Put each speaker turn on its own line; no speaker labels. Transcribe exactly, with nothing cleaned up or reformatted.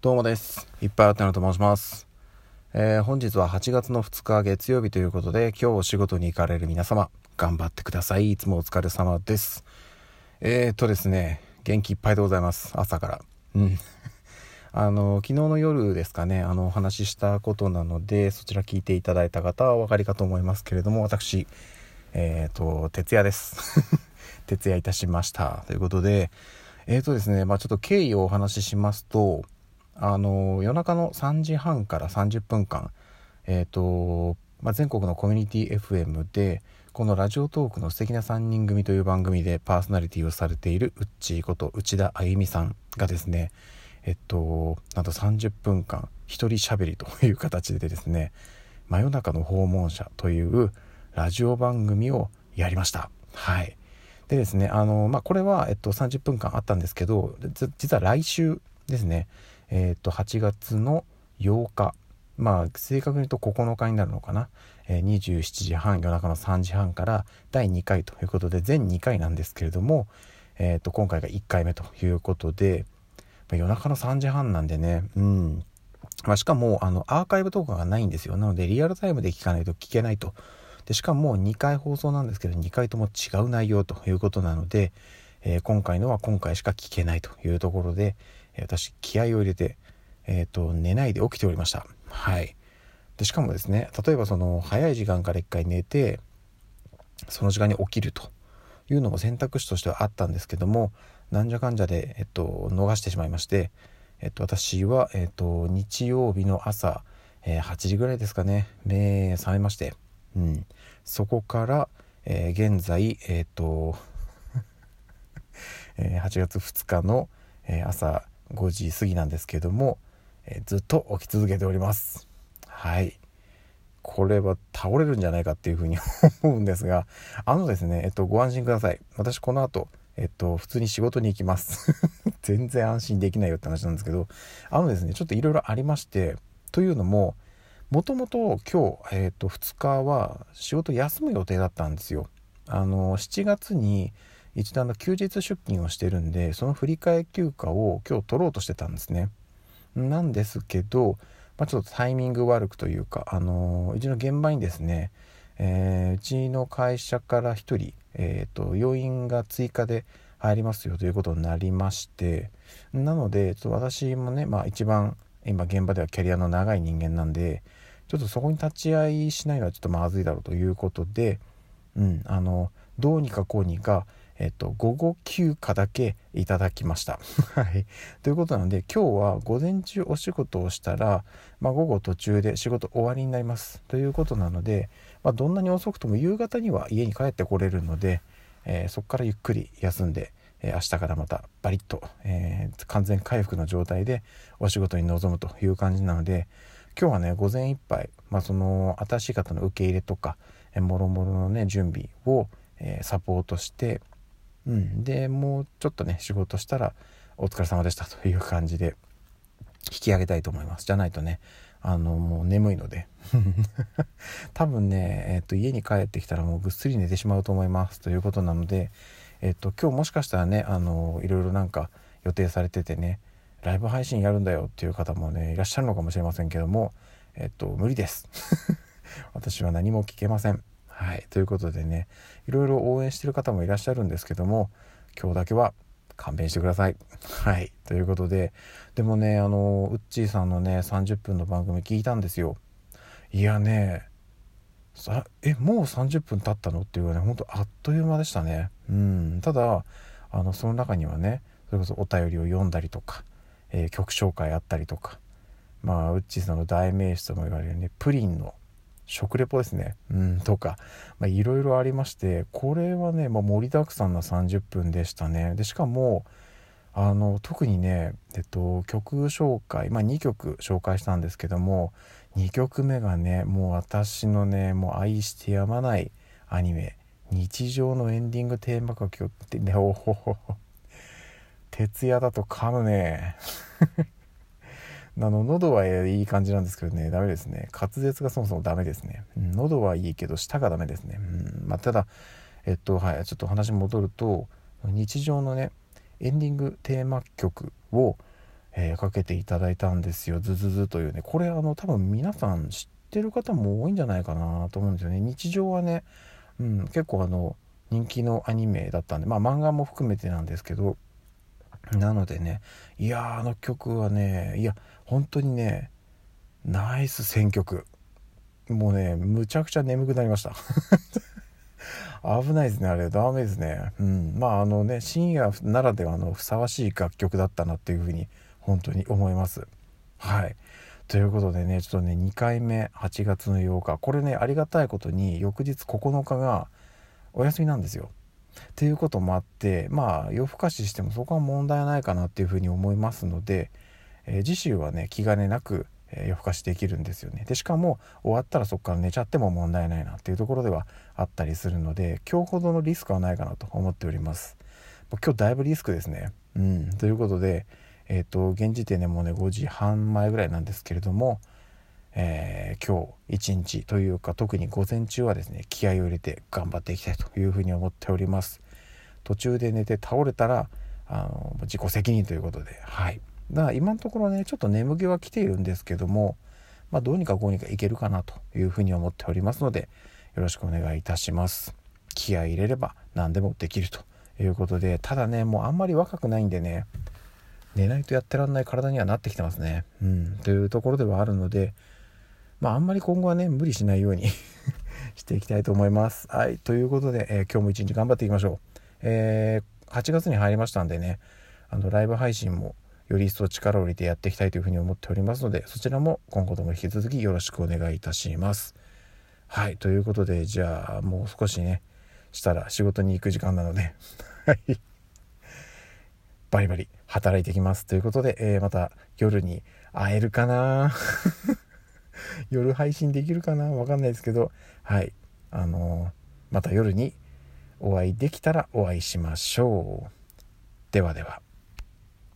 どうもです。いっぱいあったのと申します、えー、本日ははちがつのふつか月曜日ということで、今日お仕事に行かれる皆様頑張ってください。いつもお疲れ様です。えーとですね元気いっぱいでございます。朝からうんあの昨日の夜ですかね、あのお話ししたことなので、そちら聞いていただいた方はお分かりかと思いますけれども、私えーと徹夜です徹夜いたしましたということで、えーとですねまあちょっと経緯をお話ししますと、あの夜中のさんじはんからさんじゅっぷんかん、えーとまあ、全国のコミュニティ エフエム でこのラジオトークの素敵なさんにん組という番組でパーソナリティをされているうっちーこと内田あゆみさんがですね、えっとなんとさんじゅっぷんかん一人喋りという形でですね、真夜中の訪問者というラジオ番組をやりました。はいでですね、あのまあこれは、えっと、さんじゅっぷんかんあったんですけど、実は来週ですね、えー、とはちがつのようか、まあ正確に言うとここのかになるのかな、えー、にじゅうしちじはん、夜中のさんじはんからだいにかいということで全にかいなんですけれども、えー、と今回がいっかいめということで、まあ、夜中のさんじはんなんでね、うんまあ、しかもあのアーカイブとかがないんですよ。なのでリアルタイムで聞かないと聞けないと。でしかもにかい放送なんですけど、にかいとも違う内容ということなので、えー、今回のは今回しか聞けないというところで、えー、私気合を入れて、えー、と寝ないで起きておりました。はいでしかもですね、例えばその早い時間からいっかい寝てその時間に起きるというのも選択肢としてはあったんですけども、なんじゃかんじゃで、えっと、逃してしまいまして、えっと、私は、えっと、日曜日の朝、えー、はちじぐらいですかね、目覚めまして、うん、そこから、えー、現在、えっとえー、はちがつふつかの、えー、朝ごじ過ぎなんですけども、えー、ずっと起き続けております。はいこれは倒れるんじゃないかっていうふうに思うんですが、あのですね、えっと、ご安心ください。私この後、えっと、普通に仕事に行きます全然安心できないよって話なんですけど、あのですね、ちょっといろいろありまして、というのも、もともと今日、えっと、ふつかは仕事休む予定だったんですよ。あの、しちがつに一度あの休日出勤をしてるんで、その振り替え休暇を今日取ろうとしてたんですね。なんですけど、まあ、ちょっとタイミング悪くというか、あのー、うちの現場にですね、えー、うちの会社からひとり、えーと、要員が追加で入りますよということになりまして、なのでちょっと私もね、まあ、一番今現場ではキャリアの長い人間なんで、ちょっとそこに立ち会いしないのはちょっとまずいだろうということで、うん、あのどうにかこうにかえっと、午後休暇だけいただきましたはいということなので、今日は午前中お仕事をしたら、まあ、午後途中で仕事終わりになりますということなので、まあ、どんなに遅くとも夕方には家に帰ってこれるので、えー、そこからゆっくり休んで、えー、明日からまたバリッと、えー、完全回復の状態でお仕事に臨むという感じなので、今日はね午前いっぱい、まあ、その新しい方の受け入れとか、えー、もろもろのね準備を、えー、サポートしてうん、でもうちょっとね仕事したらお疲れ様でしたという感じで引き上げたいと思います。じゃないとね、あのもう眠いので多分ね、えっと、家に帰ってきたらもうぐっすり寝てしまうと思いますということなので、えっと、今日もしかしたらね、あのいろいろなんか予定されててね、ライブ配信やるんだよっていう方もねいらっしゃるのかもしれませんけども、えっと無理です私は何も聞けません。はいということでね、いろいろ応援してる方もいらっしゃるんですけども、今日だけは勘弁してください。はいということで、でもね、あのウッチーさんのねさんじゅっぷんの番組聞いたんですよ。いやね、さえもうさんじゅっぷん経ったのっていうかね、ほんとあっという間でしたね。うんただあのその中にはね、それこそお便りを読んだりとか、えー、曲紹介あったりとか、まあウッチーさんの代名詞とも言われるねプリンの食レポですね、うんとかいろいろありまして、これはね、まあ、盛りだくさんなさんじゅっぷんでしたね。でしかもあの特にね、えっと、曲紹介、まあ、にきょく紹介したんですけども、にきょくめがねもう私のねもう愛してやまないアニメ日常のエンディングテーマ曲ってね、おほほほ徹夜だと噛むねあの喉はいい感じなんですけどね、ダメですね。滑舌がそもそもダメですね、うん、喉はいいけど舌がダメですね、うんまあ、ただえっとはいちょっと話戻ると、日常のねエンディングテーマ曲を、 えー、かけていただいたんですよ。ズズズというね、これあの多分皆さん知ってる方も多いんじゃないかなと思うんですよね。日常はね、うん、結構あの人気のアニメだったんで、まあ漫画も含めてなんですけど、なのでね、いやーあの曲はね、いや本当にね、ナイス選曲。もうね、むちゃくちゃ眠くなりました。危ないですね、あれ。ダメですね。うん。まああのね、深夜ならではのふさわしい楽曲だったなっていうふうに本当に思います。はい。ということでね、ちょっとね、にかいめはちがつのようか、これね、ありがたいことに翌日ここのかがお休みなんですよ。っていうこともあって、まあ夜更かししてもそこは問題ないかなっていうふうに思いますので、えー次週はね、気兼ねなく、えー夜更かしできるんですよね。でしかも終わったらそこから寝ちゃっても問題ないなっていうところではあったりするので、今日ほどのリスクはないかなと思っております。もう今日だいぶリスクですね。うん。ということで、えっと現時点でもうねごじはん前ぐらいなんですけれども、えー今日一日というか特に午前中はですね、気合を入れて頑張っていきたいというふうに思っております。途中で寝て倒れたらあの自己責任ということで、はい。だから今のところね、ちょっと眠気は来ているんですけども、まあ、どうにかこうにかいけるかなというふうに思っておりますので、よろしくお願いいたします。気合い入れれば何でもできるということで、ただね、もうあんまり若くないんでね、寝ないとやってらんない体にはなってきてますね。うん、というところではあるので、まああんまり今後はね、無理しないようにしていきたいと思います。はい、ということで、えー今日も一日頑張っていきましょう。えーはちがつに入りましたんでね、あのライブ配信もより一層力を入れてやっていきたいというふうに思っておりますので、そちらも今後とも引き続きよろしくお願いいたします。はい、ということで、じゃあもう少しねしたら仕事に行く時間なのではいバリバリ働いてきますということで、えーまた夜に会えるかな夜配信できるかな、わかんないですけど、はい、あのーまた夜にお会いできたらお会いしましょう。ではでは。